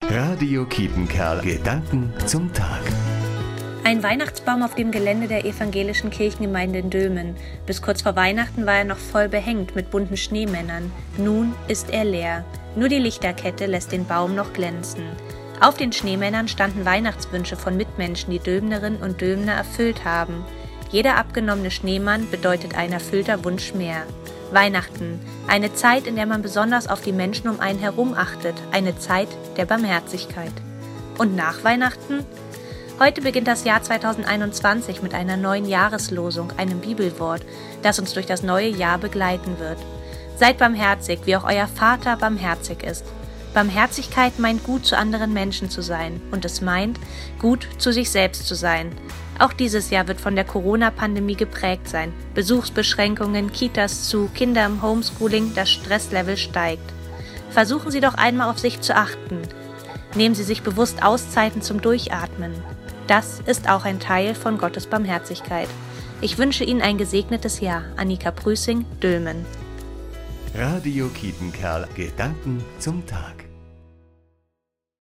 Radio Kiepenkerl. Gedanken zum Tag. Ein Weihnachtsbaum auf dem Gelände der evangelischen Kirchengemeinde in Dülmen. Bis kurz vor Weihnachten war er noch voll behängt mit bunten Schneemännern. Nun ist er leer. Nur die Lichterkette lässt den Baum noch glänzen. Auf den Schneemännern standen Weihnachtswünsche von Mitmenschen, die Dülmnerinnen und Dülmner erfüllt haben. Jeder abgenommene Schneemann bedeutet ein erfüllter Wunsch mehr. Weihnachten, eine Zeit, in der man besonders auf die Menschen um einen herum achtet, eine Zeit der Barmherzigkeit. Und nach Weihnachten? Heute beginnt das Jahr 2021 mit einer neuen Jahreslosung, einem Bibelwort, das uns durch das neue Jahr begleiten wird. Seid barmherzig, wie auch euer Vater barmherzig ist. Barmherzigkeit meint, gut zu anderen Menschen zu sein, und es meint, gut zu sich selbst zu sein. Auch dieses Jahr wird von der Corona-Pandemie geprägt sein. Besuchsbeschränkungen, Kitas zu, Kinder im Homeschooling, das Stresslevel steigt. Versuchen Sie doch einmal auf sich zu achten. Nehmen Sie sich bewusst Auszeiten zum Durchatmen. Das ist auch ein Teil von Gottes Barmherzigkeit. Ich wünsche Ihnen ein gesegnetes Jahr. Annika Prüßing, Dülmen. Radio Kiepenkerl. Gedanken zum Tag.